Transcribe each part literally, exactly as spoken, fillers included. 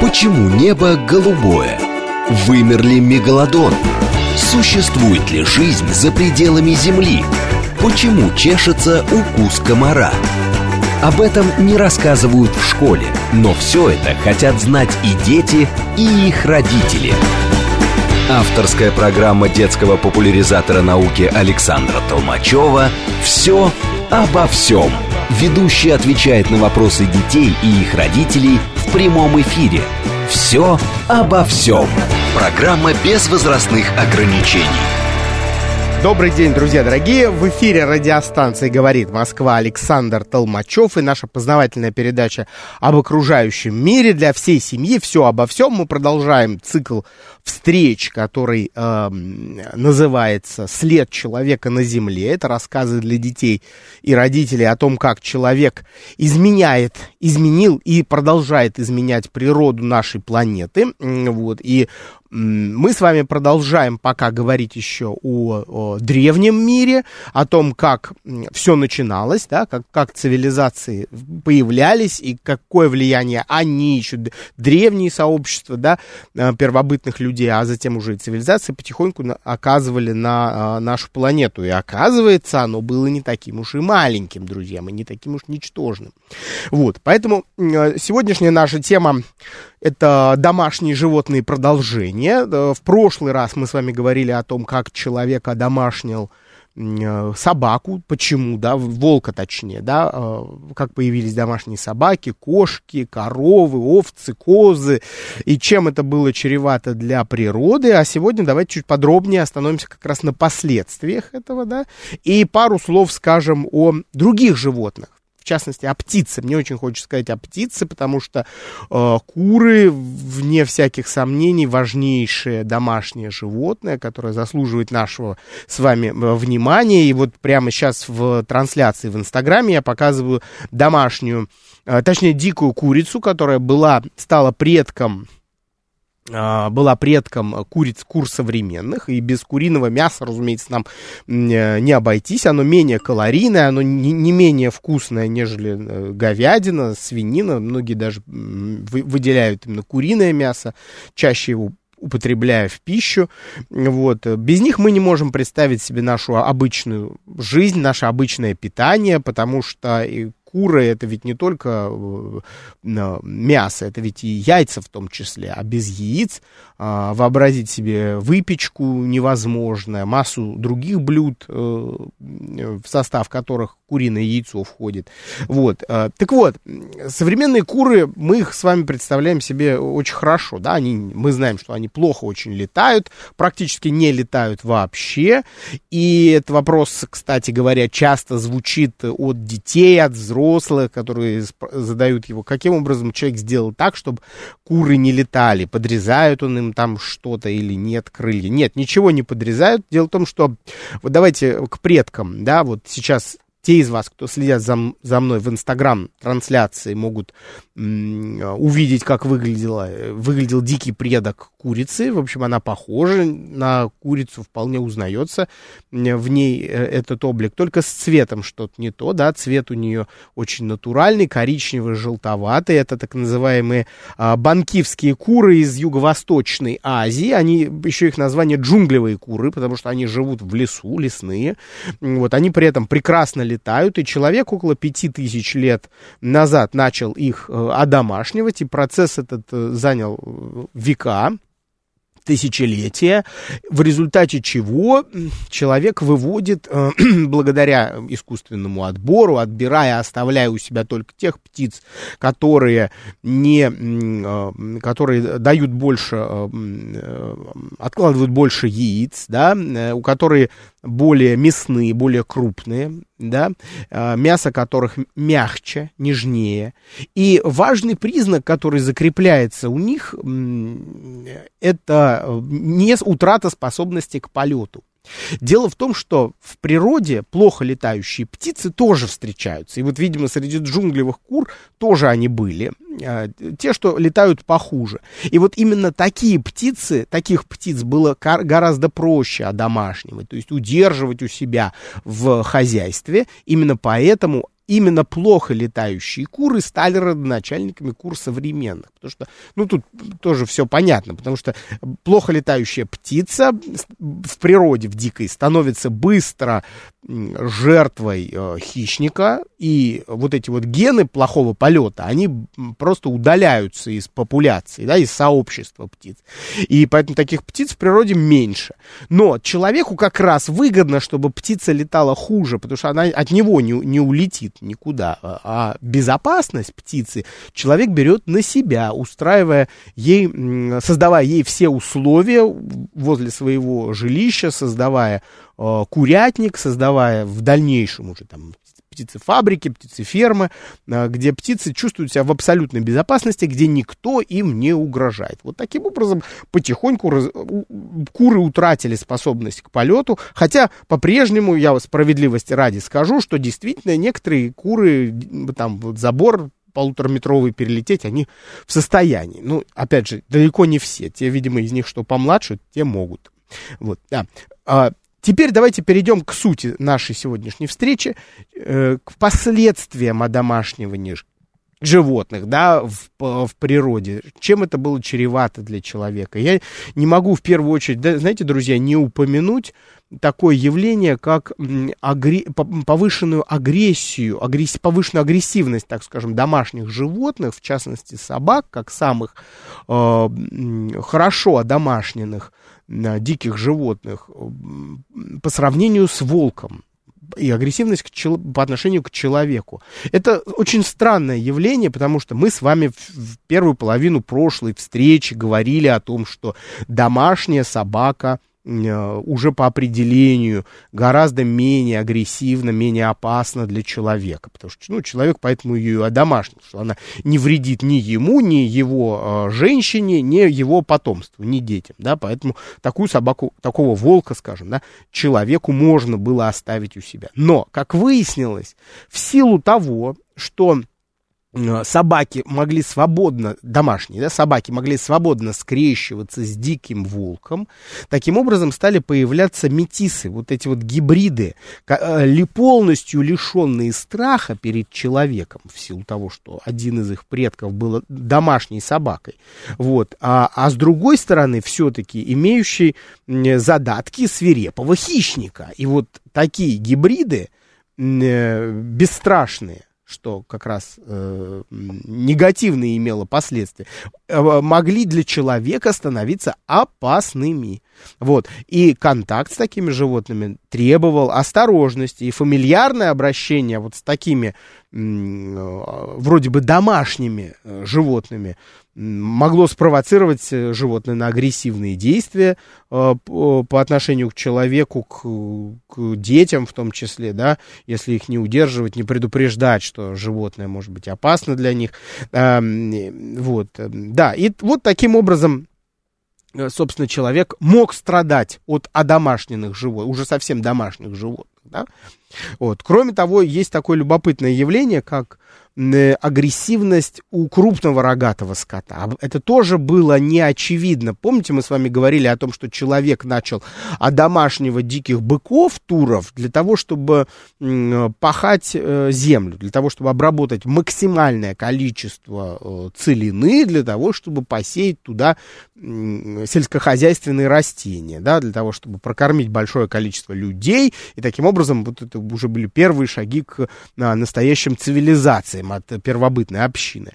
Почему небо голубое? Вымер ли мегалодон? Существует ли жизнь за пределами Земли? Почему чешется укус комара? Об этом не рассказывают в школе, но все это хотят знать и дети, и их родители. Авторская программа детского популяризатора науки Александра Толмачева «Все обо всем». Ведущий отвечает на вопросы детей и их родителей в прямом эфире. «Все обо всем». Программа без возрастных ограничений. Добрый день, друзья дорогие. В эфире радиостанции «Говорит Москва» Александр Толмачев и наша познавательная передача об окружающем мире для всей семьи. Все обо всем. Мы продолжаем цикл встреч, который э, называется «След человека на Земле». Это рассказы для детей и родителей о том, как человек изменяет, изменил и продолжает изменять природу нашей планеты. Вот. И мы с вами продолжаем пока говорить еще о, о древнем мире, о том, как все начиналось, да, как, как цивилизации появлялись и какое влияние они, еще древние сообщества, да, первобытных людей, а затем уже и цивилизации потихоньку оказывали на нашу планету. И оказывается, оно было не таким уж и маленьким, друзья мои, не таким уж ничтожным. Вот, поэтому сегодняшняя наша тема — это домашние животные продолжения. В прошлый раз мы с вами говорили о том, как человек одомашнил собаку, почему, да, волка точнее, да, как появились домашние собаки, кошки, коровы, овцы, козы, и чем это было чревато для природы. А сегодня давайте чуть подробнее остановимся как раз на последствиях этого, да, и пару слов скажем о других животных. В частности, о птице. Мне очень хочется сказать о птице, потому что э, куры, вне всяких сомнений, важнейшее домашнее животное, которое заслуживает нашего с вами внимания. И вот прямо сейчас в трансляции в Инстаграме я показываю домашнюю, э, точнее, дикую курицу, которая была, стала предком... была предком куриц, кур современных, и без куриного мяса, разумеется, нам не обойтись. Оно менее калорийное, оно не, не менее вкусное, нежели говядина, свинина. Многие даже выделяют именно куриное мясо, чаще его употребляя в пищу. Вот. Без них мы не можем представить себе нашу обычную жизнь, наше обычное питание, потому что и куры — это ведь не только мясо, это ведь и яйца в том числе, а без яиц вообразить себе выпечку невозможно, массу других блюд, в состав которых куриное яйцо входит. Вот. Так вот, современные куры, мы их с вами представляем себе очень хорошо, да, они, мы знаем, что они плохо очень летают, практически не летают вообще, и этот вопрос, кстати говоря, часто звучит от детей, от взрослых, взрослых, которые задают его, каким образом человек сделал так, чтобы куры не летали, подрезают он им там что-то или нет, крылья. Нет, ничего не подрезают. Дело в том, что, вот давайте к предкам, да, вот сейчас те из вас, кто следят за, за мной в Инстаграм-трансляции, могут м- увидеть, как выглядела, выглядел дикий предок курицы. В общем, она похожа на курицу, вполне узнается в ней этот облик. Только с цветом что-то не то, да, цвет у нее очень натуральный, коричневый, желтоватый. Это так называемые а, банкивские куры из Юго-Восточной Азии. Они, еще их название джунглевые куры, потому что они живут в лесу, лесные. Вот, они при этом прекрасно летают. летают, и человек около пяти тысяч лет назад начал их э, одомашнивать, и процесс этот э, занял века, тысячелетия, в результате чего человек выводит, э, благодаря искусственному отбору, отбирая, оставляя у себя только тех птиц, которые, не, э, которые дают больше, э, откладывают больше яиц, да, э, у которых более мясные, более крупные, да, мясо которых мягче, нежнее. И важный признак, который закрепляется у них, это не утрата способности к полету. Дело в том, что в природе плохо летающие птицы тоже встречаются. И вот, видимо, среди джунглевых кур тоже они были. Те, что летают похуже. И вот именно такие птицы, таких птиц было гораздо проще одомашнивать, то есть удерживать у себя в хозяйстве. Именно поэтому именно плохо летающие куры стали родоначальниками кур современных. Потому что, ну, тут тоже все понятно, потому что плохо летающая птица в природе, в дикой, становится быстро жертвой э, хищника, и вот эти вот гены плохого полета, они просто удаляются из популяции, да, из сообщества птиц. И поэтому таких птиц в природе меньше. Но человеку как раз выгодно, чтобы птица летала хуже, потому что она от него не, не улетит никуда. А безопасность птицы человек берет на себя, устраивая ей, создавая ей все условия возле своего жилища, создавая э, курятник, создавая в дальнейшем уже там птицефабрики, птицефермы, э, где птицы чувствуют себя в абсолютной безопасности, где никто им не угрожает. Вот таким образом потихоньку раз, куры утратили способность к полету, хотя по-прежнему, я справедливости ради скажу, что действительно некоторые куры, там вот забор полутораметровый перелететь, они в состоянии. Ну, опять же, далеко не все. Те, видимо, из них, что помладше, те могут. Вот, да. А, теперь давайте перейдем к сути нашей сегодняшней встречи, э, к последствиям одомашнивания животных, да, в, в природе. Чем это было чревато для человека? Я не могу в первую очередь, да, знаете, друзья, не упомянуть такое явление, как агре... повышенную агрессию, агресс... повышенную агрессивность, так скажем, домашних животных, в частности собак, как самых э, хорошо одомашненных э, диких животных, э, по сравнению с волком. И агрессивность к чел... по отношению к человеку. Это очень странное явление, потому что мы с вами в, в первую половину прошлой встречи говорили о том, что домашняя собака э, уже по определению гораздо менее агрессивна, менее опасна для человека. Потому что, ну, человек поэтому ее и одомашнил, что она не вредит ни ему, ни его э, женщине, ни его потомству, ни детям. Да? Поэтому такую собаку, такого волка, скажем, да, человеку можно было оставить у себя. Но, как выяснилось, в силу того, что собаки могли свободно, домашние, да, собаки могли свободно скрещиваться с диким волком, таким образом стали появляться метисы, вот эти вот гибриды, полностью лишенные страха перед человеком, в силу того, что один из их предков был домашней собакой, вот, а, а с другой стороны, все-таки имеющий задатки свирепого хищника. И вот такие гибриды э, бесстрашные, что как раз э, негативно имело последствия, э, могли для человека становиться опасными. Вот. И контакт с такими животными требовал осторожности, и фамильярное обращение вот с такими э, вроде бы домашними э, животными могло спровоцировать животное на агрессивные действия э, по, по отношению к человеку, к, к детям в том числе, да, если их не удерживать, не предупреждать, что животное может быть опасно для них. Э, вот, да, и вот таким образом, собственно, человек мог страдать от одомашненных животных, уже совсем домашних животных, да. Вот. Кроме того, есть такое любопытное явление, как агрессивность у крупного рогатого скота. Это тоже было не очевидно. Помните, мы с вами говорили о том, что человек начал одомашнивать диких быков, туров, для того, чтобы пахать землю, для того, чтобы обработать максимальное количество целины, для того, чтобы посеять туда сельскохозяйственные растения, да, для того, чтобы прокормить большое количество людей, и таким образом вот это уже были первые шаги к настоящим цивилизациям от первобытной общины.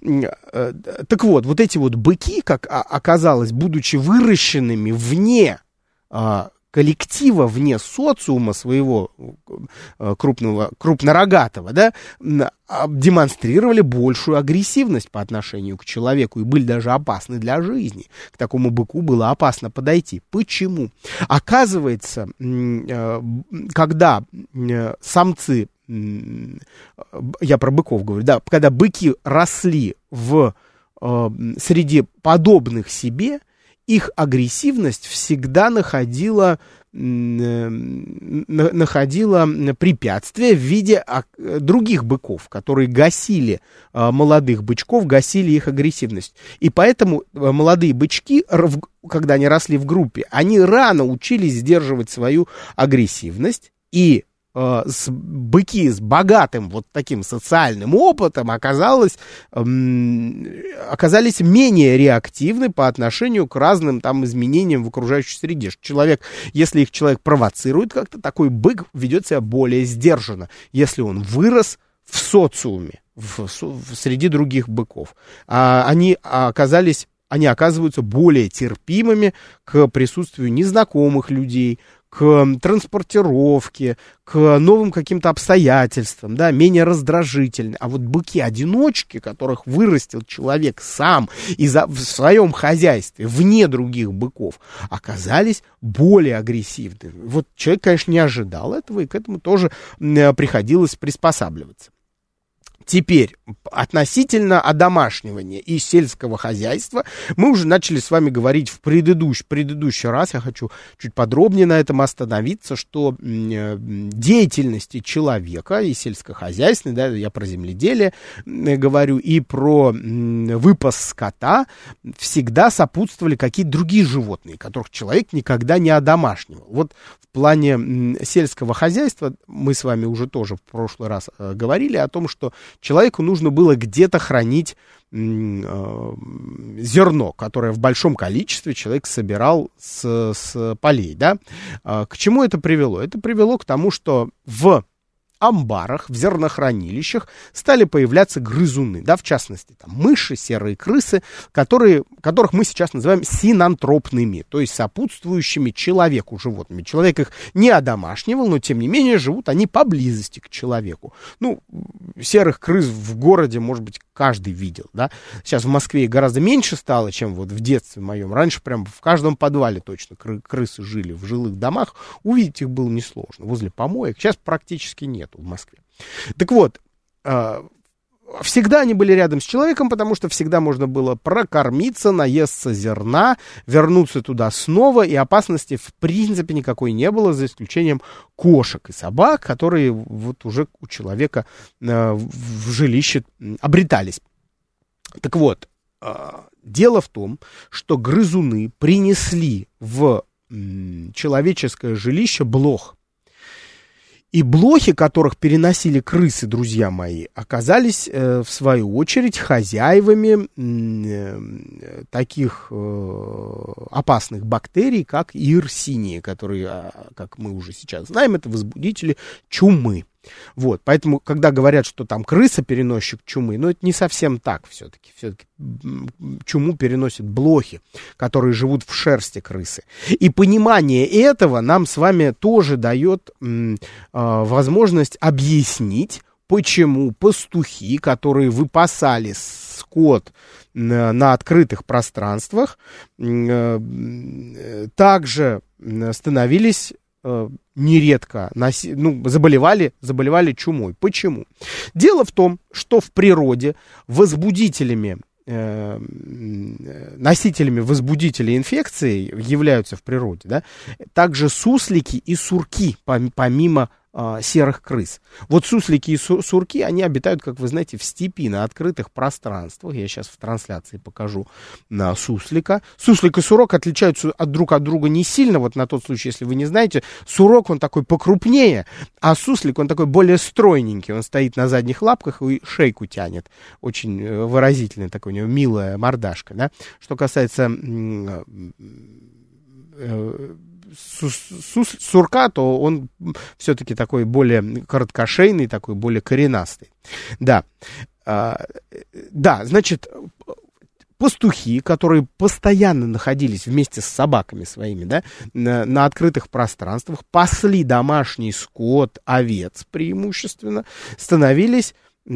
Так вот, вот эти вот быки, как оказалось, будучи выращенными вне коллектива, вне социума своего крупного, крупнорогатого, да, демонстрировали большую агрессивность по отношению к человеку и были даже опасны для жизни. К такому быку было опасно подойти. Почему? Оказывается, когда самцы, я про быков говорю, да, когда быки росли в, среди подобных себе, их агрессивность всегда находила, находила препятствия в виде других быков, которые гасили молодых бычков, гасили их агрессивность. И поэтому молодые бычки, когда они росли в группе, они рано учились сдерживать свою агрессивность, и э, с, быки с богатым вот таким социальным опытом оказалось, э, оказались менее реактивны по отношению к разным там изменениям в окружающей среде. Человек, если их человек провоцирует как-то, такой бык ведет себя более сдержанно, если он вырос в социуме, в, в, среди других быков. А, они оказались, они оказываются более терпимыми к присутствию незнакомых людей, к транспортировке, к новым каким-то обстоятельствам, да, менее раздражительны. А вот быки-одиночки, которых вырастил человек сам и за, в своем хозяйстве, вне других быков, оказались более агрессивны. Вот человек, конечно, не ожидал этого, и к этому тоже приходилось приспосабливаться. Теперь, относительно одомашнивания и сельского хозяйства, мы уже начали с вами говорить в предыдущий, предыдущий раз, я хочу чуть подробнее на этом остановиться, что деятельности человека и сельскохозяйственной, да, я про земледелие говорю, и про выпас скота всегда сопутствовали какие-то другие животные, которых человек никогда не одомашнивал. Вот в плане сельского хозяйства мы с вами уже тоже в прошлый раз говорили о том, что человеку нужно было где-то хранить э, зерно, которое в большом количестве человек собирал с, с полей, да? Э, к чему это привело? Это привело к тому, что в амбарах, в зернохранилищах стали появляться грызуны, да, в частности, там, мыши, серые крысы, которые, которых мы сейчас называем синантропными, то есть сопутствующими человеку животными. Человек их не одомашнивал, но, тем не менее, живут они поблизости к человеку. Ну, серых крыс в городе, может быть, каждый видел, да. Сейчас в Москве их гораздо меньше стало, чем вот в детстве моем. Раньше прям в каждом подвале точно кры- крысы жили, в жилых домах. Увидеть их было несложно. Возле помоек сейчас практически нет в Москве. Так вот, э, всегда они были рядом с человеком, потому что всегда можно было прокормиться, наесться зерна, вернуться туда снова, и опасности в принципе никакой не было, за исключением кошек и собак, которые вот уже у человека э, в жилище обретались. Так вот, э, дело в том, что грызуны принесли в м, человеческое жилище блох. И блохи, которых переносили крысы, друзья мои, оказались, э, в свою очередь, хозяевами э, таких э, опасных бактерий, как Yersinia, которые, как мы уже сейчас знаем, это возбудители чумы. Вот, поэтому, когда говорят, что там крыса переносчик чумы, ну, это не совсем так все-таки. Все-таки чуму переносят блохи, которые живут в шерсти крысы. И понимание этого нам с вами тоже дает м, э, возможность объяснить, почему пастухи, которые выпасали скот на, на открытых пространствах, э, э, также становились нередко носи, ну, заболевали, заболевали чумой. Почему? Дело в том, что в природе возбудителями, э, носителями возбудителей инфекции являются в природе, да, также суслики и сурки, помимо э, серых крыс. Вот суслики и су- сурки, они обитают, как вы знаете, в степи, на открытых пространствах. Я сейчас в трансляции покажу на суслика. Суслик и сурок отличаются от друг от друга не сильно, вот на тот случай, если вы не знаете. Сурок, он такой покрупнее, а суслик, он такой более стройненький. Он стоит на задних лапках и шейку тянет. Очень выразительная такая у него милая мордашка, да. Что касается сурка, то он все-таки такой более короткошейный, такой более коренастый. Да, а, да, значит, пастухи, которые постоянно находились вместе с собаками своими, да, на, на открытых пространствах, пасли домашний скот, овец преимущественно, становились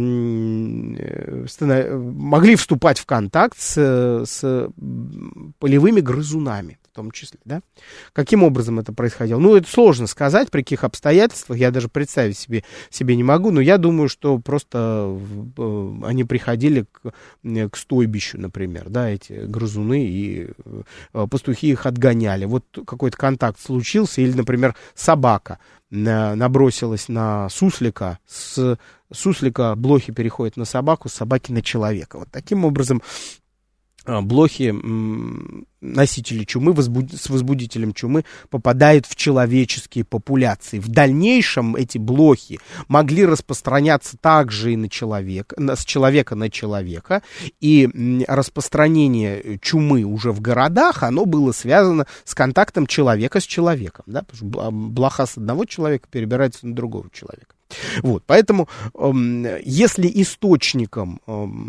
могли вступать в контакт с, с полевыми грызунами, в том числе, да? Каким образом это происходило? Ну, это сложно сказать, при каких обстоятельствах, я даже представить себе, себе не могу, но я думаю, что просто они приходили к, к стойбищу, например, да, эти грызуны, и пастухи их отгоняли. Вот какой-то контакт случился, или, например, собака набросилась на суслика, с суслика блохи переходят на собаку, с собаки на человека. Вот таким образом блохи, носители чумы возбуд... с возбудителем чумы попадают в человеческие популяции. В дальнейшем эти блохи могли распространяться также и на человека, с человека на человека, и распространение чумы уже в городах, оно было связано с контактом человека с человеком, да? Потому что блоха с одного человека перебирается на другого человека. Вот, поэтому, если источником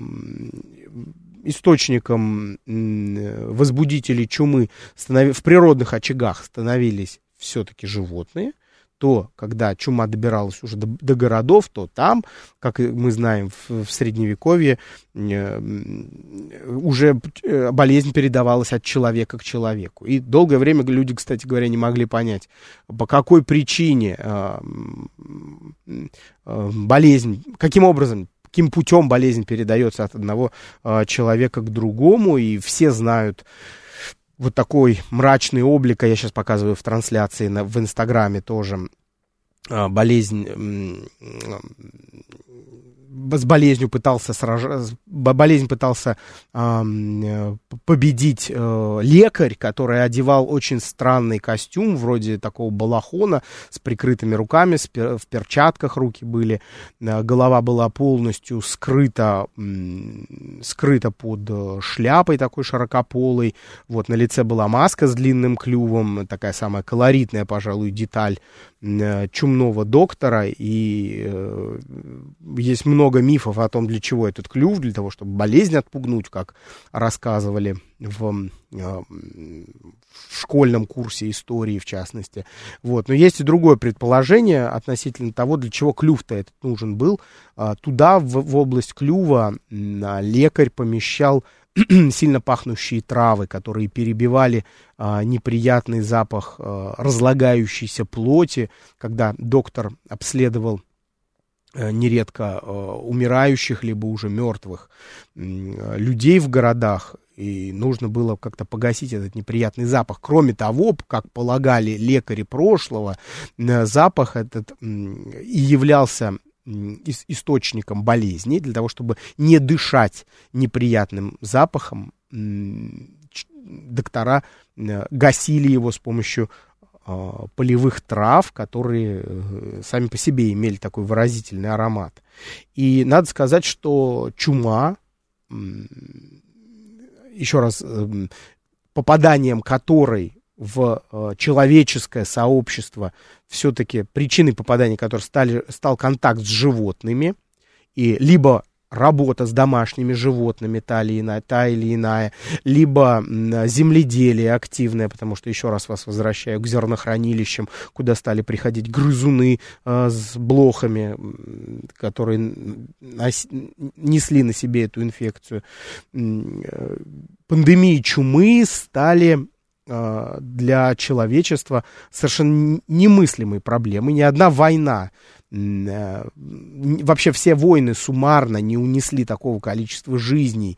источником возбудителей чумы в природных очагах становились все-таки животные, то, когда чума добиралась уже до, до городов, то там, как мы знаем, в, в Средневековье уже болезнь передавалась от человека к человеку. И долгое время люди, кстати говоря, не могли понять, по какой причине болезнь, каким образом, каким путем болезнь передается от одного э, человека к другому, и все знают вот такой мрачный облик, а я сейчас показываю в трансляции на, в Инстаграме тоже, э, болезнь, э, с болезнью пытался сражаться, болезнь пытался э, победить э, лекарь, который одевал очень странный костюм, вроде такого балахона, с прикрытыми руками, с пер, в перчатках руки были, э, голова была полностью скрыта, э, скрыта под шляпой такой широкополой, вот, на лице была маска с длинным клювом, такая самая колоритная, пожалуй, деталь э, чумного доктора, и э, есть много много мифов о том, для чего этот клюв, для того, чтобы болезнь отпугнуть, как рассказывали в, в школьном курсе истории, в частности. Вот. Но есть и другое предположение относительно того, для чего клюв-то этот нужен был. Туда, в, в область клюва, лекарь помещал сильно пахнущие травы, которые перебивали а, неприятный запах а, разлагающейся плоти, когда доктор обследовал нередко э, умирающих, либо уже мертвых э, людей в городах, и нужно было как-то погасить этот неприятный запах. Кроме того, как полагали лекари прошлого, э, запах этот э, и являлся э, источником болезней. Для того, чтобы не дышать неприятным запахом, э, доктора э, гасили его с помощью полевых трав, которые сами по себе имели такой выразительный аромат. И надо сказать, что чума, еще раз, попаданием которой в человеческое сообщество, все-таки причиной попадания которой стали, стал контакт с животными, и либо работа с домашними животными, та или иная, та или иная, либо земледелие активное, потому что, еще раз вас возвращаю к зернохранилищам, куда стали приходить грызуны э, с блохами, которые нос, несли на себе эту инфекцию. Пандемии чумы стали э, для человечества совершенно немыслимой проблемой. Ни одна война, вообще все войны суммарно не унесли такого количества жизней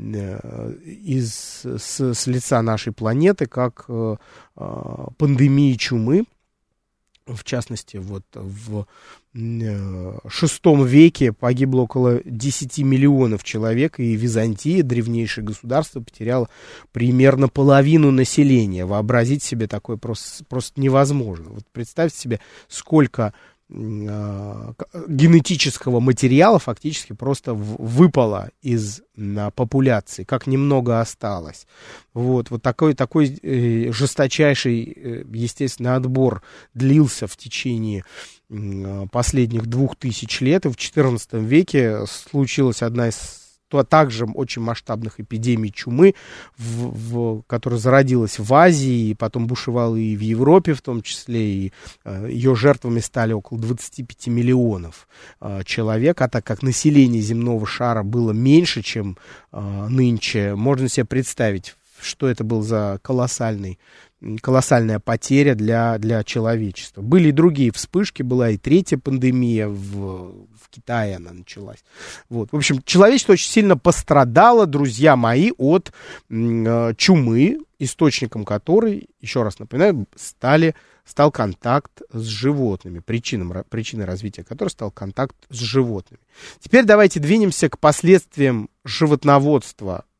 из, с, с лица нашей планеты, как э, пандемия чумы. В частности, вот в шестом веке погибло около десяти миллионов человек, и Византия, древнейшее государство, потеряло примерно половину населения. Вообразить себе такое просто, просто невозможно. Вот представьте себе, сколько генетического материала фактически просто выпало из популяции, как немного осталось. Вот, вот такой, такой э, жесточайший, естественно, отбор длился в течение э, последних двух тысяч лет, и в четырнадцатом веке случилась одна из то также очень масштабных эпидемий чумы, в, в, которая зародилась в Азии, и потом бушевала и в Европе в том числе, и э, ее жертвами стали около двадцати пяти миллионов э, человек, а так как население земного шара было меньше, чем э, нынче, можно себе представить, что это был за колоссальный колоссальная потеря для, для человечества. Были и другие вспышки, была и третья пандемия, в, в Китае она началась. Вот. В общем, человечество очень сильно пострадало, друзья мои, от э, чумы, источником которой, еще раз напоминаю, стали, стал контакт с животными, причином, причиной развития которой стал контакт с животными. Теперь давайте двинемся к последствиям животноводства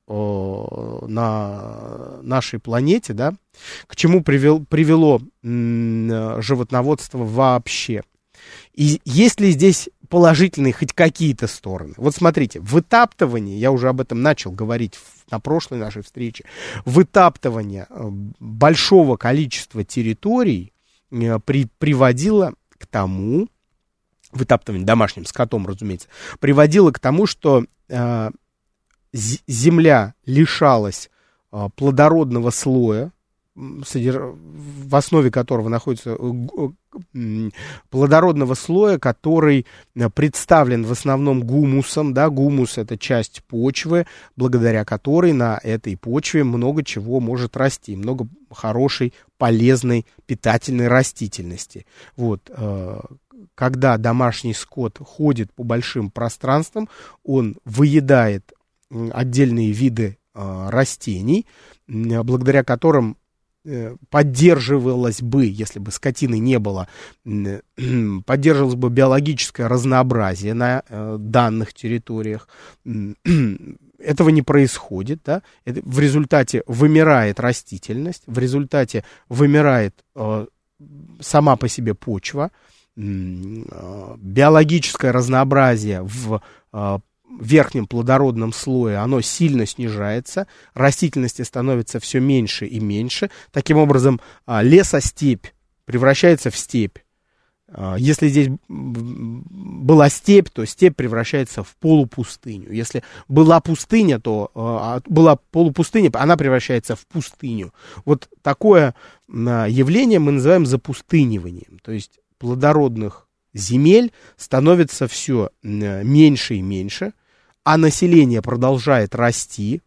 э, на нашей планете, да, к чему привел, привело м, животноводство вообще. И есть ли здесь положительные хоть какие-то стороны? Вот смотрите, вытаптывание, я уже об этом начал говорить в, на прошлой нашей встрече, вытаптывание большого количества территорий э, при, приводило к тому, вытаптывание домашним скотом, разумеется, приводило к тому, что э, земля лишалась э, плодородного слоя, в основе которого находится плодородного слоя, который представлен в основном гумусом, да, гумус — это часть почвы, благодаря которой на этой почве много чего может расти, много хорошей, полезной, питательной растительности. Вот, когда домашний скот ходит по большим пространствам, он выедает отдельные виды растений, благодаря которым поддерживалось бы, если бы скотины не было, поддерживалось бы биологическое разнообразие на э, данных территориях. Этого не происходит, да? Это, в результате вымирает растительность, в результате вымирает э, сама по себе почва, э, биологическое разнообразие в э, верхнем плодородном слое, оно сильно снижается, растительности становится все меньше и меньше. Таким образом, лесостепь превращается в степь. Если здесь была степь, то степь превращается в полупустыню. Если была пустыня, то была полупустыня, она превращается в пустыню. Вот такое явление мы называем запустыниванием. То есть плодородных земель становится все меньше и меньше, а население продолжает расти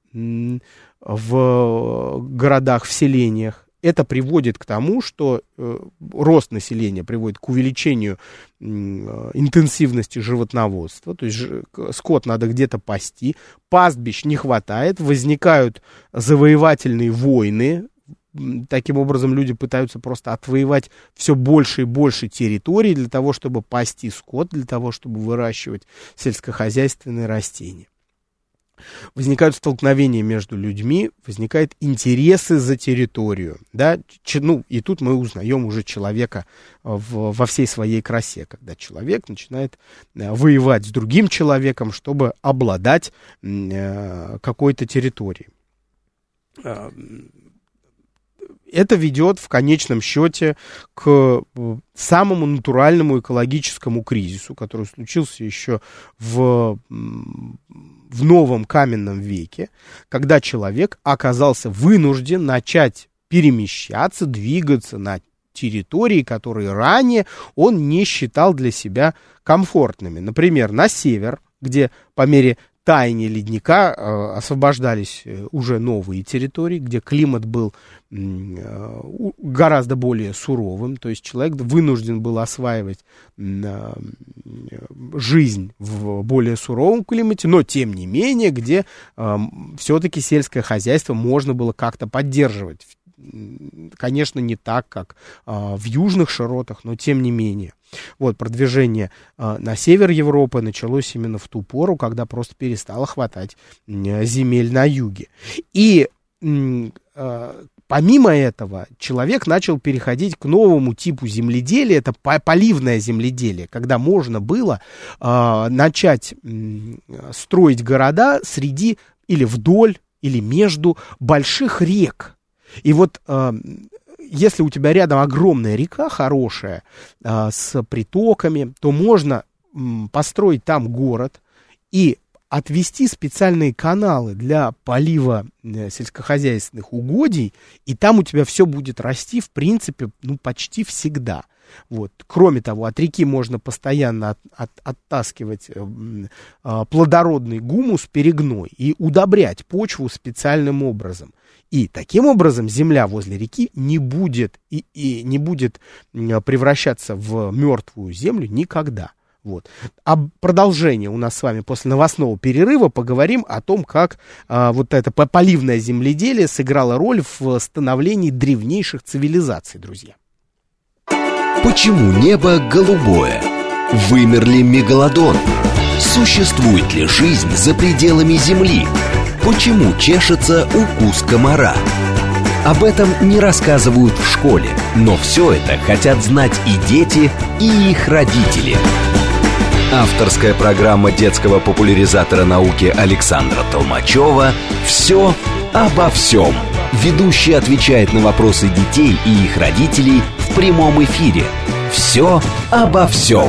в городах, в селениях. Это приводит к тому, что э, рост населения приводит к увеличению э, интенсивности животноводства, то есть ж, скот надо где-то пасти, пастбищ не хватает, возникают завоевательные войны. Таким образом, люди пытаются просто отвоевать все больше и больше территорий для того, чтобы пасти скот, для того, чтобы выращивать сельскохозяйственные растения. Возникают столкновения между людьми, возникают интересы за территорию. Да? Ч, ну, и тут мы узнаем уже человека в, во всей своей красе, когда человек начинает воевать с другим человеком, чтобы обладать э, какой-то территорией. Это ведет в конечном счете к самому натуральному экологическому кризису, который случился еще в, в новом каменном веке, когда человек оказался вынужден начать перемещаться, двигаться на территории, которые ранее он не считал для себя комфортными. Например, на север, где по мере таяния ледника э, освобождались э, уже новые территории, где климат был э, гораздо более суровым, то есть человек вынужден был осваивать э, жизнь в более суровом климате, но тем не менее, где э, все-таки сельское хозяйство можно было как-то поддерживать. Конечно, не так, как э, в южных широтах, но тем не менее. Вот, продвижение э, на север Европы началось именно в ту пору, когда просто перестало хватать э, земель на юге. И э, помимо этого, человек начал переходить к новому типу земледелия, это поливное земледелие, когда можно было э, начать э, строить города среди или вдоль, или между больших рек. И вот э, если у тебя рядом огромная река хорошая, э, с притоками, то можно э, построить там город и отвести специальные каналы для полива э, сельскохозяйственных угодий, и там у тебя все будет расти, в принципе, ну, почти всегда. Вот. Кроме того, от реки можно постоянно от, от, оттаскивать э, э, плодородный гумус, перегной, и удобрять почву специальным образом. И таким образом земля возле реки не будет, и, и не будет превращаться в мертвую землю никогда. Вот. Об продолжении у нас с вами после новостного перерыва поговорим о том, как а, вот это поливное земледелие сыграло роль в становлении древнейших цивилизаций, друзья. Почему небо голубое? Вымер ли мегалодон? Существует ли жизнь за пределами Земли? Почему чешется укус комара? Об этом не рассказывают в школе, но все это хотят знать и дети, и их родители. Авторская программа детского популяризатора науки Александра Толмачева «Все обо всем». Ведущий отвечает на вопросы детей и их родителей в прямом эфире. «Все обо всем».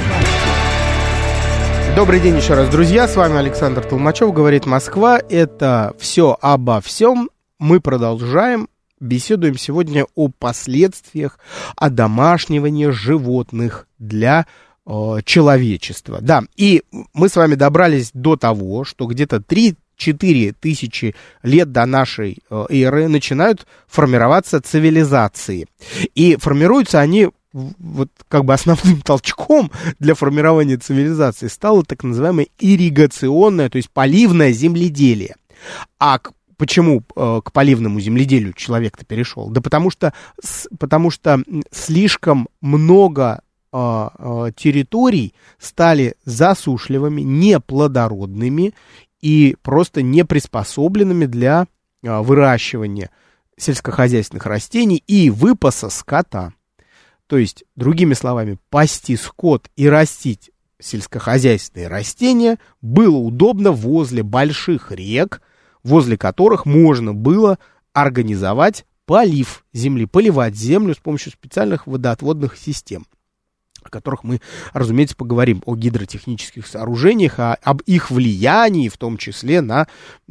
Добрый день еще раз, друзья. С вами Александр Толмачев, говорит Москва. Это «Все обо всем». Мы продолжаем. Беседуем сегодня о последствиях одомашнивания животных для э, человечества. Да, и мы с вами добрались до того, что где-то три-четыре тысячи лет до нашей э, эры начинают формироваться цивилизации. И формируются они, вот как бы основным толчком для формирования цивилизации стало так называемое ирригационное, то есть поливное земледелие. А к Почему э, к поливному земледелию человек-то перешел? Да потому что, с, потому что слишком много э, э, территорий стали засушливыми, неплодородными и просто не приспособленными для э, выращивания сельскохозяйственных растений и выпаса скота. То есть, другими словами, пасти скот и растить сельскохозяйственные растения было удобно возле больших рек, возле которых можно было организовать полив земли, поливать землю с помощью специальных водоотводных систем, о которых мы, разумеется, поговорим, о гидротехнических сооружениях, о, об их влиянии, в том числе на э,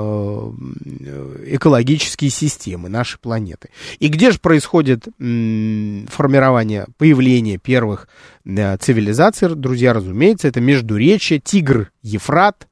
экологические системы нашей планеты. И где же происходит э, формирование, появление первых э, цивилизаций, друзья, разумеется, это Междуречье, Тигр-Ефрат,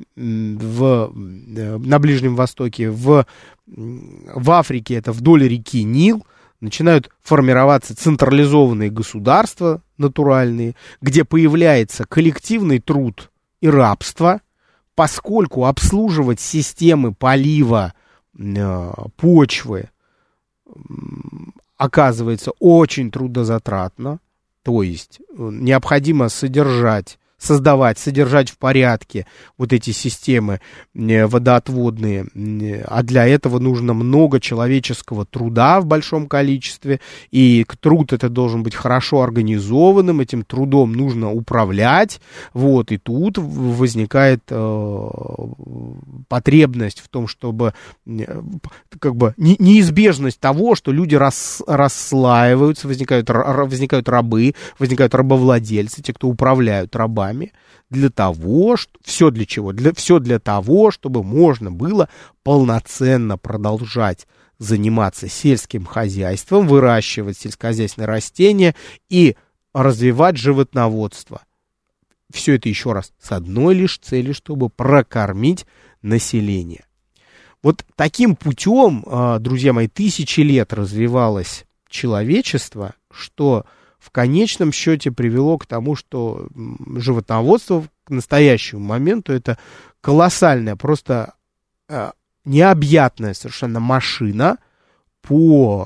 В, на Ближнем Востоке, в, в Африке это вдоль реки Нил, начинают формироваться централизованные государства натуральные, где появляется коллективный труд и рабство, поскольку обслуживать системы полива э, почвы э, оказывается очень трудозатратно, то есть э, необходимо содержать создавать, содержать в порядке вот эти системы водоотводные, а для этого нужно много человеческого труда в большом количестве, и труд это должен быть хорошо организованным, этим трудом нужно управлять, вот, и тут возникает э, потребность в том, чтобы, как бы, не, неизбежность того, что люди рас, расслаиваются, возникают, возникают рабы, возникают рабовладельцы, те, кто управляют рабами, для того, что, все для чего? Для, все для того, чтобы можно было полноценно продолжать заниматься сельским хозяйством, выращивать сельскохозяйственные растения и развивать животноводство. Все это, еще раз, с одной лишь целью, чтобы прокормить население. Вот таким путем, друзья мои, тысячи лет развивалось человечество, что в конечном счете привело к тому, что животноводство к настоящему моменту это колоссальная, просто э, необъятная совершенно машина по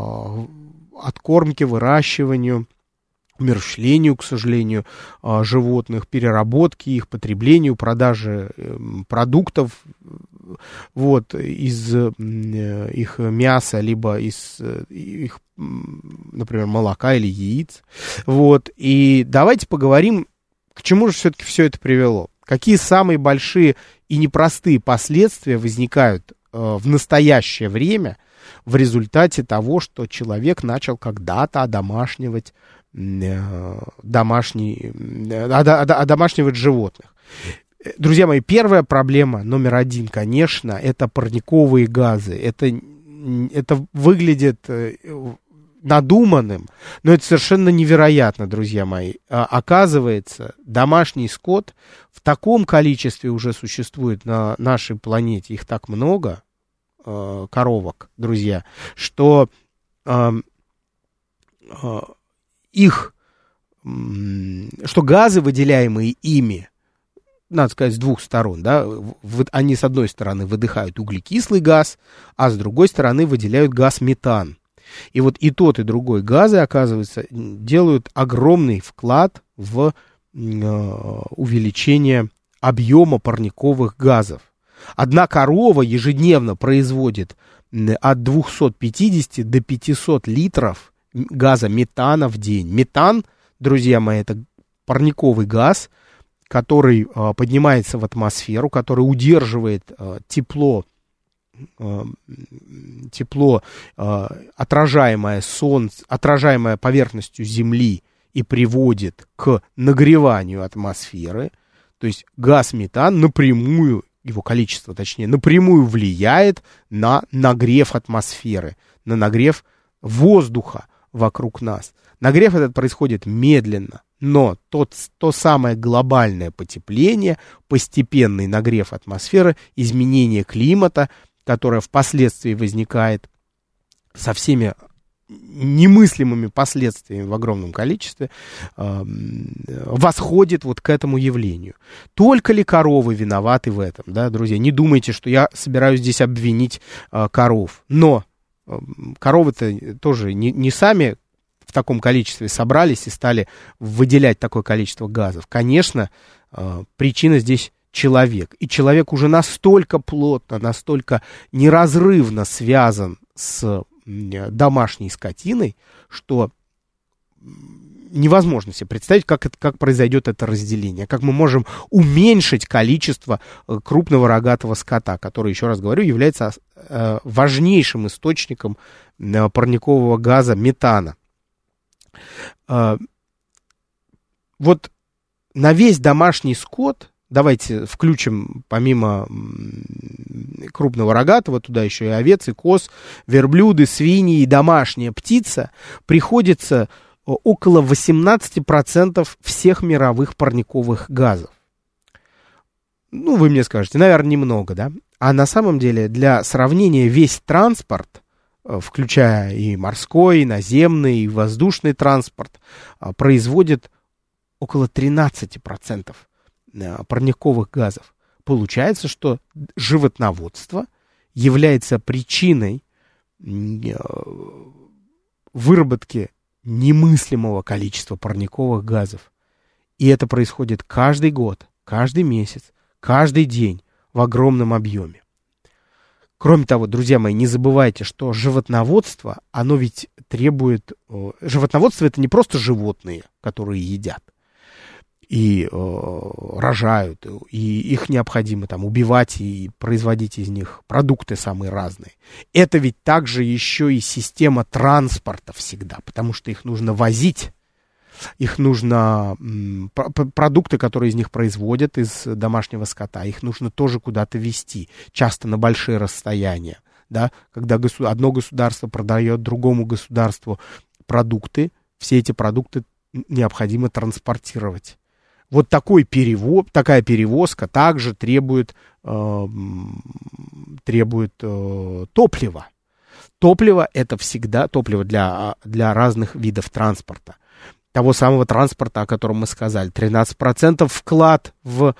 э, откормке, выращиванию, умерщвлению, к сожалению, э, животных, переработке их, потреблению, продаже э, продуктов вот, из э, их мяса, либо из э, их, например, молока или яиц. Вот. И давайте поговорим, к чему же все-таки все это привело. Какие самые большие и непростые последствия возникают э, в настоящее время в результате того, что человек начал когда-то одомашнивать, э, домашний, э, одомашнивать животных. Друзья мои, первая проблема, номер один, конечно, это парниковые газы. Это, это выглядит надуманным, но это совершенно невероятно, друзья мои. Оказывается, домашний скот в таком количестве уже существует на нашей планете, их так много, коровок, друзья, что их, что газы, выделяемые ими, надо сказать, с двух сторон, да, они с одной стороны выдыхают углекислый газ, а с другой стороны выделяют газ метан. И вот и тот, и другой газы, оказывается, делают огромный вклад в увеличение объема парниковых газов. Одна корова ежедневно производит от двухсот пятидесяти до пятисот литров газа метана в день. Метан, друзья мои, это парниковый газ, который э, поднимается в атмосферу, который удерживает э, тепло, э, тепло э, отражаемое, солнце, отражаемое поверхностью Земли и приводит к нагреванию атмосферы. То есть газ метан напрямую, его количество точнее, напрямую влияет на нагрев атмосферы, на нагрев воздуха вокруг нас. Нагрев этот происходит медленно, но тот, то самое глобальное потепление, постепенный нагрев атмосферы, изменение климата, которое впоследствии возникает со всеми немыслимыми последствиями в огромном количестве, э, восходит вот к этому явлению. Только ли коровы виноваты в этом, да, друзья? Не думайте, что я собираюсь здесь обвинить э, коров, но э, коровы-то тоже не, не сами в таком количестве собрались и стали выделять такое количество газов. Конечно, э, причина здесь человек. И человек уже настолько плотно, настолько неразрывно связан с домашней скотиной, что невозможно себе представить, как, это, как произойдет это разделение, как мы можем уменьшить количество крупного рогатого скота, который, еще раз говорю, является э, важнейшим источником э, парникового газа метана. Э, вот на весь домашний скот, давайте включим помимо крупного рогатого, туда еще и овец, и коз, верблюды, свиньи и домашняя птица, приходится около восемнадцать процентов всех мировых парниковых газов. Ну, вы мне скажете, наверное, немного, да? А на самом деле, для сравнения, весь транспорт, включая и морской, и наземный, и воздушный транспорт, производит около тринадцать процентов парниковых газов. Получается, что животноводство является причиной выработки немыслимого количества парниковых газов. И это происходит каждый год, каждый месяц, каждый день в огромном объеме. Кроме того, друзья мои, не забывайте, что животноводство, оно ведь требует... Животноводство — это не просто животные, которые едят и э, рожают, и их необходимо там убивать и производить из них продукты самые разные. Это ведь также еще и система транспорта всегда, потому что их нужно возить, их нужно, м, продукты, которые из них производят, из домашнего скота, их нужно тоже куда-то везти, часто на большие расстояния, да, когда госу- одно государство продает другому государству продукты, все эти продукты необходимо транспортировать. Вот такой перевоз, такая перевозка также требует, э, требует э, топлива. Топливо — это всегда топливо для, для разных видов транспорта. Того самого транспорта, о котором мы сказали. тринадцать процентов вклад в,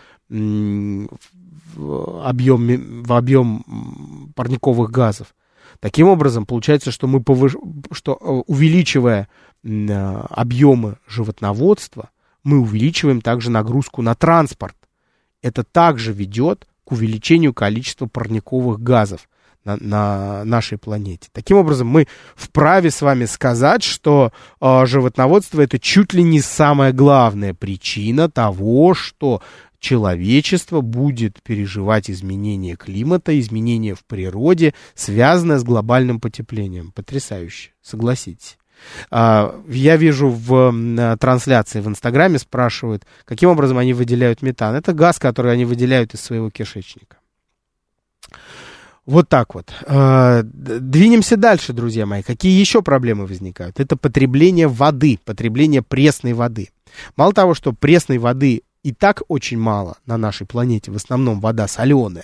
в, объем, в объем парниковых газов. Таким образом, получается, что мы повыш... что, увеличивая объемы животноводства, мы увеличиваем также нагрузку на транспорт. Это также ведет к увеличению количества парниковых газов на, на нашей планете. Таким образом, мы вправе с вами сказать, что э, животноводство — это чуть ли не самая главная причина того, что человечество будет переживать изменения климата, изменения в природе, связанные с глобальным потеплением. Потрясающе, согласитесь. Я вижу в трансляции в Инстаграме, спрашивают, каким образом они выделяют метан. Это газ, который они выделяют из своего кишечника. Вот так вот. Двинемся дальше, друзья мои. Какие еще проблемы возникают? Это потребление воды, потребление пресной воды. Мало того, что пресной воды и так очень мало на нашей планете, в основном вода соленая,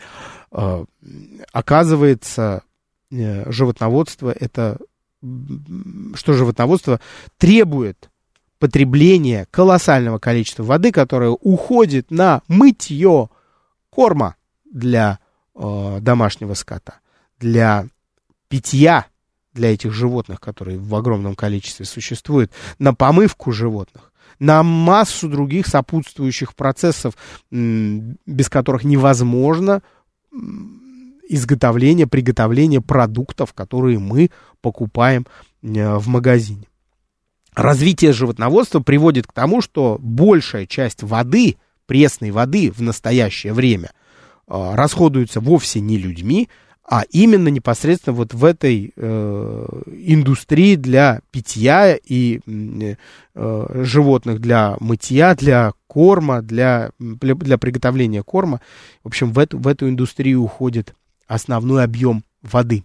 оказывается, животноводство это... что животноводство требует потребления колоссального количества воды, которое уходит на мытье корма для э, домашнего скота, для питья для этих животных, которые в огромном количестве существуют, на помывку животных, на массу других сопутствующих процессов, без которых невозможно изготовление, приготовление продуктов, которые мы покупаем в магазине. Развитие животноводства приводит к тому, что большая часть воды, пресной воды в настоящее время расходуется вовсе не людьми, а именно непосредственно вот в этой э, индустрии для питья и э, животных, для мытья, для корма, для, для, для приготовления корма. В общем, в эту, в эту индустрию уходит основной объем воды.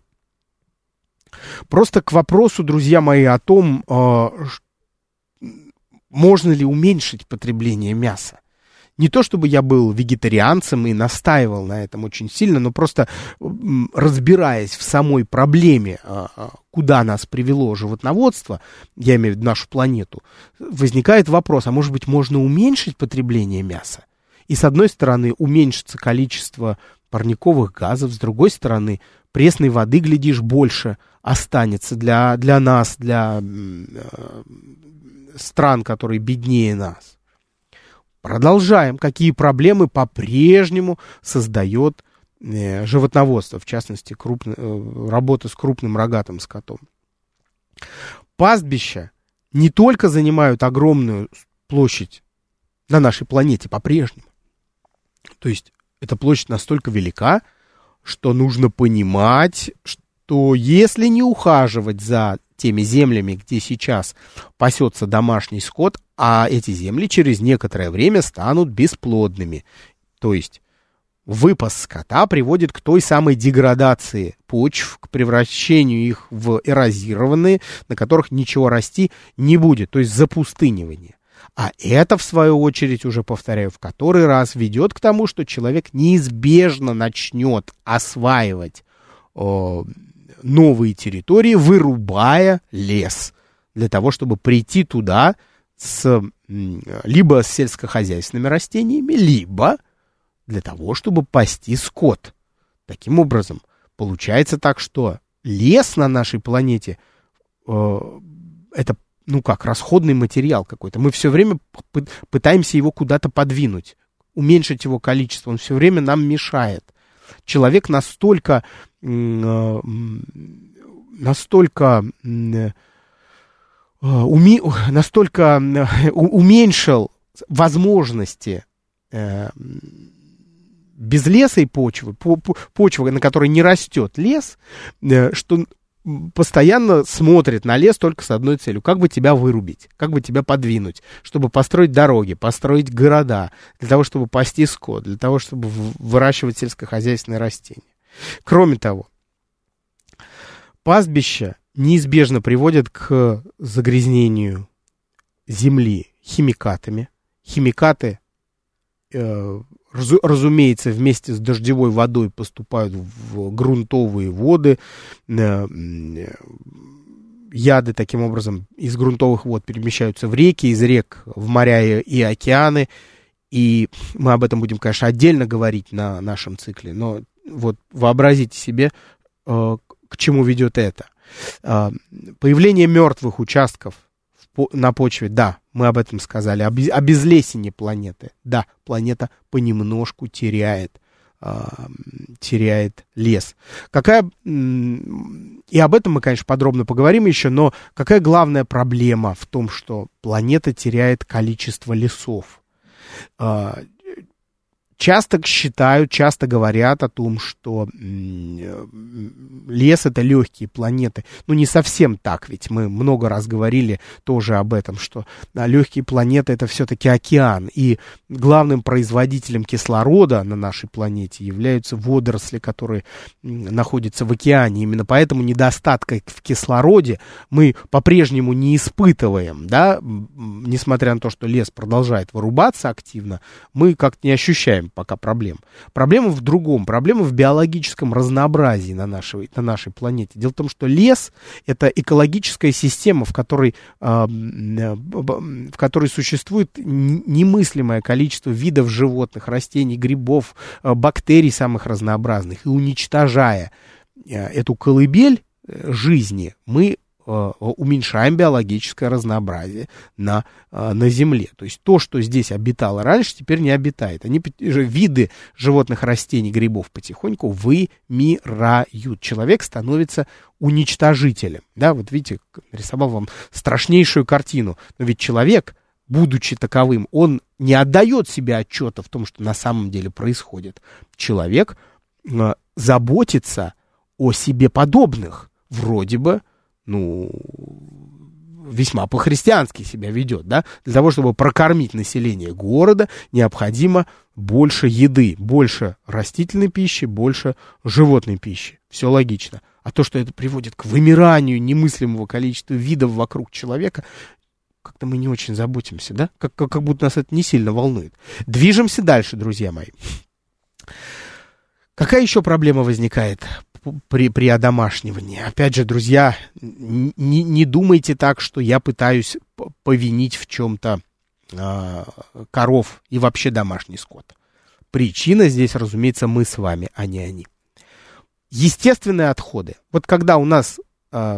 Просто к вопросу, друзья мои, о том, э, можно ли уменьшить потребление мяса. Не то чтобы я был вегетарианцем и настаивал на этом очень сильно, но просто разбираясь в самой проблеме, куда нас привело животноводство, я имею в виду нашу планету, возникает вопрос, а может быть можно уменьшить потребление мяса? И с одной стороны уменьшится количество парниковых газов, с другой стороны пресной воды, глядишь, больше останется для, для нас, для э, стран, которые беднее нас. Продолжаем. Какие проблемы по-прежнему создает э, животноводство, в частности, крупно, э, работа с крупным рогатым скотом. Пастбища не только занимают огромную площадь на нашей планете по-прежнему. То есть эта площадь настолько велика, что нужно понимать, что если не ухаживать за теми землями, где сейчас пасется домашний скот, а эти земли через некоторое время станут бесплодными. То есть выпас скота приводит к той самой деградации почв, к превращению их в эрозированные, на которых ничего расти не будет, то есть запустынивание. А это, в свою очередь, уже повторяю, в который раз ведет к тому, что человек неизбежно начнет осваивать э, новые территории, вырубая лес, для того, чтобы прийти туда с, либо с сельскохозяйственными растениями, либо для того, чтобы пасти скот. Таким образом, получается так, что лес на нашей планете э, это, ну как, расходный материал какой-то. Мы все время пытаемся его куда-то подвинуть, уменьшить его количество. Он все время нам мешает. Человек настолько, э, настолько э, Уми, настолько уменьшил возможности э, безлесой почвы, по, по, почвы, на которой не растет лес, э, что постоянно смотрит на лес только с одной целью: как бы тебя вырубить, как бы тебя подвинуть, чтобы построить дороги, построить города, для того, чтобы пасти скот, для того, чтобы выращивать сельскохозяйственные растения. Кроме того, пастбища неизбежно приводят к загрязнению земли химикатами. Химикаты, э, разу, разумеется, вместе с дождевой водой поступают в грунтовые воды. Э, яды таким образом из грунтовых вод перемещаются в реки, из рек в моря и океаны. И мы об этом будем, конечно, отдельно говорить на нашем цикле. Но вот вообразите себе, э, к чему ведет это. Появление мертвых участков на почве, да, мы об этом сказали. Обезлесение планеты, да, планета понемножку теряет, теряет лес. Какая, и об этом мы, конечно, подробно поговорим еще, но какая главная проблема в том, что планета теряет количество лесов? Часто считают, часто говорят о том, что лес — это легкие планеты. Ну, не совсем так, ведь мы много раз говорили тоже об этом, что легкие планеты — это все-таки океан. И главным производителем кислорода на нашей планете являются водоросли, которые находятся в океане. Именно поэтому недостатка в кислороде мы по-прежнему не испытываем, да, несмотря на то, что лес продолжает вырубаться активно, мы как-то не ощущаем пока проблем. Проблема в другом. Проблема в биологическом разнообразии на нашей, на нашей планете. Дело в том, что лес — это экологическая система, в которой, э, в которой существует немыслимое количество видов животных, растений, грибов, э, бактерий самых разнообразных. И уничтожая э, эту колыбель жизни, мы уменьшаем биологическое разнообразие на, на Земле. То есть то, что здесь обитало раньше, теперь не обитает. Они, виды животных, растений, грибов потихоньку вымирают. Человек становится уничтожителем. Да, вот видите, нарисовал вам страшнейшую картину. Но ведь человек, будучи таковым, он не отдает себе отчета в том, что на самом деле происходит. Человек э, заботится о себе подобных. Вроде бы, ну, весьма по-христиански себя ведет, да? Для того, чтобы прокормить население города, необходимо больше еды, больше растительной пищи, больше животной пищи. Все логично. А то, что это приводит к вымиранию немыслимого количества видов вокруг человека, как-то мы не очень заботимся, да? Как, как, как будто нас это не сильно волнует. Движемся дальше, друзья мои. Какая еще проблема возникает при, при одомашнивании? Опять же, друзья, не, не думайте так, что я пытаюсь повинить в чем-то э, коров и вообще домашний скот. Причина здесь, разумеется, мы с вами, а не они. Естественные отходы. Вот когда у нас э,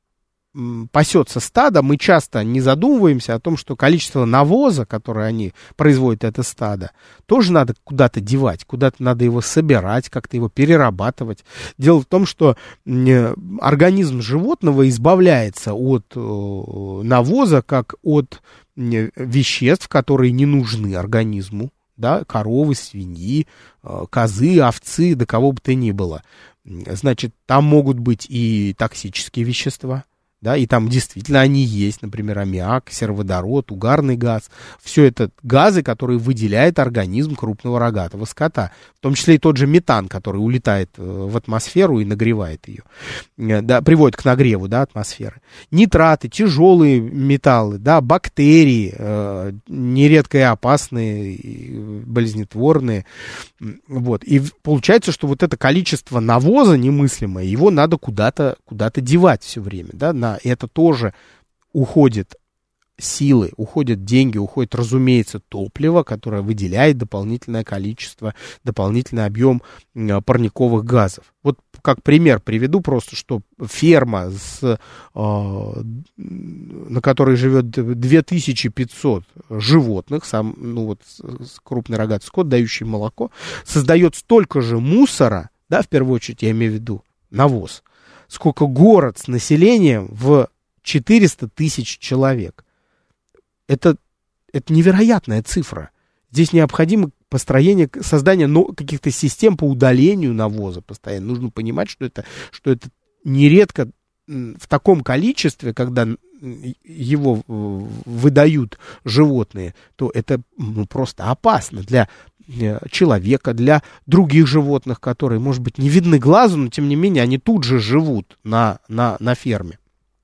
пасется стадо, мы часто не задумываемся о том, что количество навоза, которое они производят, это стадо, тоже надо куда-то девать, куда-то надо его собирать, как-то его перерабатывать. Дело в том, что организм животного избавляется от навоза, как от веществ, которые не нужны организму, да, коровы, свиньи, козы, овцы, да кого бы то ни было. Значит, там могут быть и токсические вещества, да, и там действительно они есть, например, аммиак, сероводород, угарный газ. Все это газы, которые выделяет организм крупного рогатого скота. В том числе и тот же метан, который улетает в атмосферу и нагревает ее, да, приводит к нагреву, да, атмосферы. Нитраты, тяжелые металлы, да, бактерии, э, нередко и опасные, и болезнетворные. Вот. И получается, что вот это количество навоза немыслимое, его надо куда-то, куда-то девать все время, да, на это тоже уходят силы, уходят деньги, уходит, разумеется, топливо, которое выделяет дополнительное количество, дополнительный объем парниковых газов. Вот как пример приведу просто, что ферма, с, э, на которой живет две тысячи пятьсот животных, сам, ну вот, крупный рогатый скот, дающий молоко, создает столько же мусора, да, в первую очередь я имею в виду навоз, сколько город с населением в четыреста тысяч человек. Это, это невероятная цифра. Здесь необходимо построение, создание каких-то систем по удалению навоза постоянно. Нужно понимать, что это, что это нередко в таком количестве, когда его выдают животные, то это, ну, просто опасно для человека, для других животных, которые, может быть, не видны глазу, но, тем не менее, они тут же живут на, на, на ферме.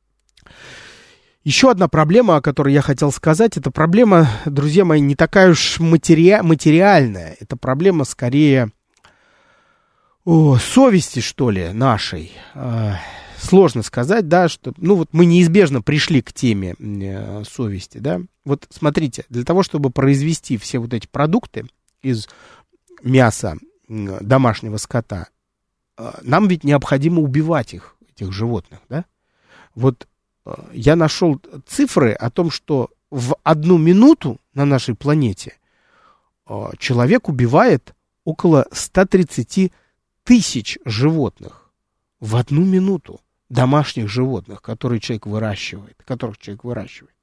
Еще одна проблема, о которой я хотел сказать, это проблема, друзья мои, не такая уж матери... материальная. Это проблема, скорее, о, совести, что ли, нашей. Э, сложно сказать, да, что, ну, вот мы неизбежно пришли к теме э, совести, да. Вот смотрите, для того, чтобы произвести все вот эти продукты из мяса э, домашнего скота, э, нам ведь необходимо убивать их, этих животных, да. Вот я нашел цифры о том, что в одну минуту на нашей планете человек убивает около ста тридцати тысяч животных. В одну минуту домашних животных, которые человек выращивает, которых человек выращивает.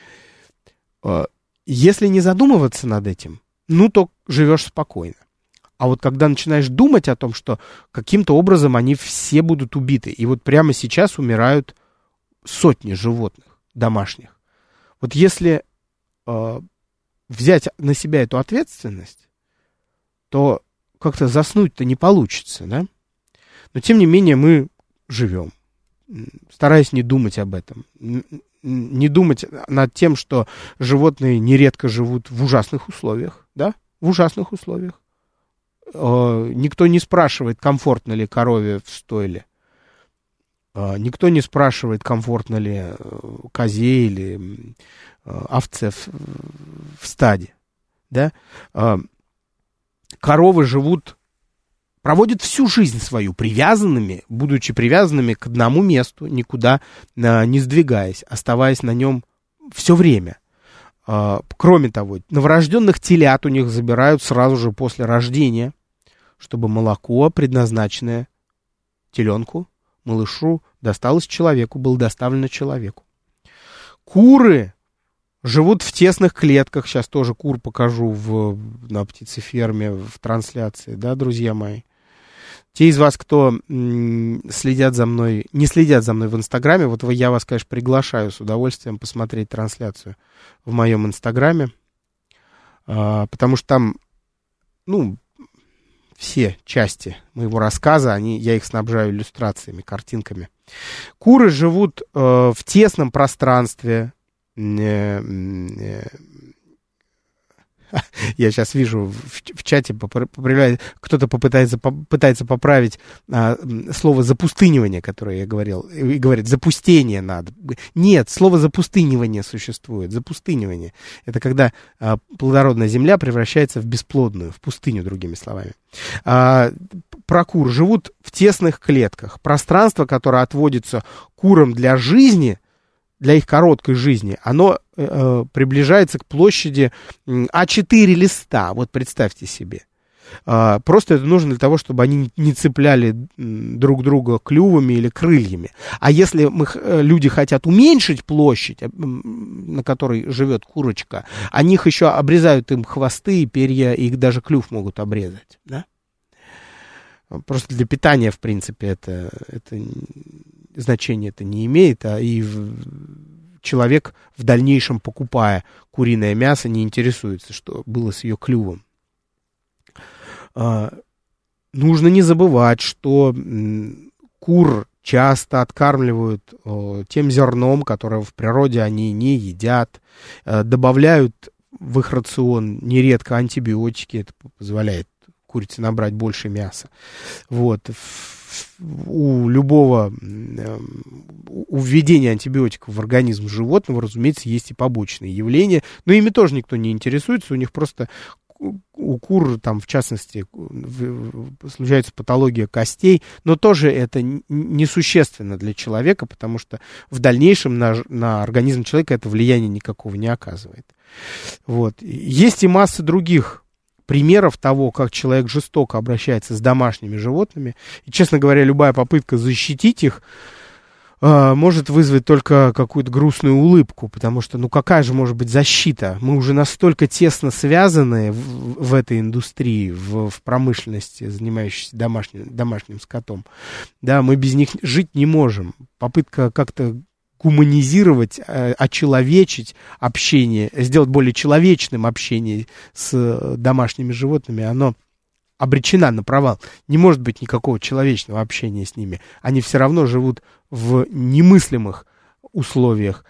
Если не задумываться над этим, ну, то живешь спокойно. А вот когда начинаешь думать о том, что каким-то образом они все будут убиты, и вот прямо сейчас умирают сотни животных домашних. Вот если э, взять на себя эту ответственность, то как-то заснуть-то не получится, да? Но тем не менее мы живем, стараясь не думать об этом, не думать над тем, что животные нередко живут в ужасных условиях, да? В ужасных условиях. Э, никто не спрашивает, комфортно ли корове в стойле. Никто не спрашивает, комфортно ли козе или овце в, в стаде. Да? Коровы живут проводят всю жизнь свою привязанными, будучи привязанными к одному месту, никуда а, не сдвигаясь, оставаясь на нем все время. А, кроме того, новорожденных телят у них забирают сразу же после рождения, чтобы молоко, предназначенное теленку, малышу, досталось человеку, было доставлено человеку. Куры живут в тесных клетках. Сейчас тоже кур покажу в, на птицеферме в трансляции, да, друзья мои. Те из вас, кто м, следят за мной, не следят за мной в Инстаграме, вот я вас, конечно, приглашаю с удовольствием посмотреть трансляцию в моем Инстаграме, а, потому что там, ну, все части моего рассказа, они, я их снабжаю иллюстрациями, картинками. Куры живут э, в тесном пространстве. Э, э, я сейчас вижу в, в чате, кто-то попытается, попытается поправить а, слово «запустынивание», которое я говорил, и говорит «запустение надо». Нет, слово «запустынивание» существует. Запустынивание — это когда а, плодородная земля превращается в бесплодную, в пустыню, другими словами. А, про кур живут в тесных клетках. Пространство, которое отводится курам для жизни, для их короткой жизни, оно э, приближается к площади а четыре листа. Вот представьте себе. Э, просто это нужно для того, чтобы они не цепляли друг друга клювами или крыльями. А если мы, люди хотят уменьшить площадь, на которой живет курочка, они их еще обрезают им хвосты, перья, и их даже клюв могут обрезать. Да? Просто для питания, в принципе, это, это значение это не имеет, а и в, человек в дальнейшем, покупая куриное мясо, не интересуется, что было с ее клювом. А, нужно не забывать, что м, кур часто откармливают о, тем зерном, которое в природе они не едят, а, добавляют в их рацион нередко антибиотики, это позволяет курице набрать больше мяса. Вот. У любого у введения антибиотиков в организм животного, разумеется, есть и побочные явления, но ими тоже никто не интересуется, у них просто у кур, там, в частности, случается патология костей, но тоже это несущественно для человека, потому что в дальнейшем на, на организм человека это влияния никакого не оказывает. Вот. Есть и масса других примеров того, как человек жестоко обращается с домашними животными. И, честно говоря, любая попытка защитить их э, может вызвать только какую-то грустную улыбку, потому что, ну, какая же может быть защита? Мы уже настолько тесно связаны в, в этой индустрии, в, в промышленности, занимающейся домашним, домашним скотом. Да, мы без них жить не можем. Попытка как-то гуманизировать, очеловечить общение, сделать более человечным общение с домашними животными, оно обречено на провал. Не может быть никакого человечного общения с ними. Они все равно живут в немыслимых условиях,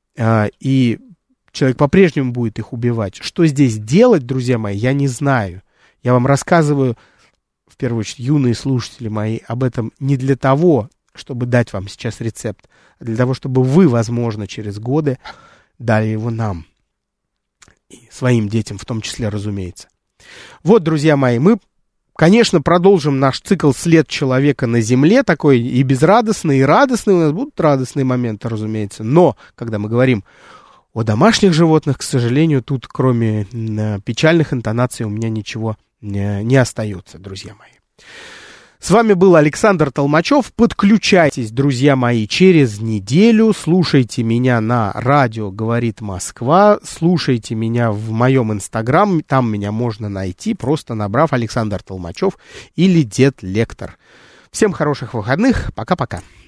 и человек по-прежнему будет их убивать. Что здесь делать, друзья мои, я не знаю. Я вам рассказываю, в первую очередь, юные слушатели мои, об этом не для того, чтобы дать вам сейчас рецепт, а для того, чтобы вы, возможно, через годы дали его нам. И своим детям в том числе, разумеется. Вот, друзья мои, мы, конечно, продолжим наш цикл «След человека на земле», такой и безрадостный, и радостный. У нас будут радостные моменты, разумеется. Но, когда мы говорим о домашних животных, к сожалению, тут, кроме печальных интонаций, у меня ничего не, не остается, друзья мои. С вами был Александр Толмачев. Подключайтесь, друзья мои, через неделю. Слушайте меня на радио «Говорит Москва». Слушайте меня в моем инстаграм. Там меня можно найти, просто набрав Александр Толмачев или Дед Лектор. Всем хороших выходных. Пока-пока.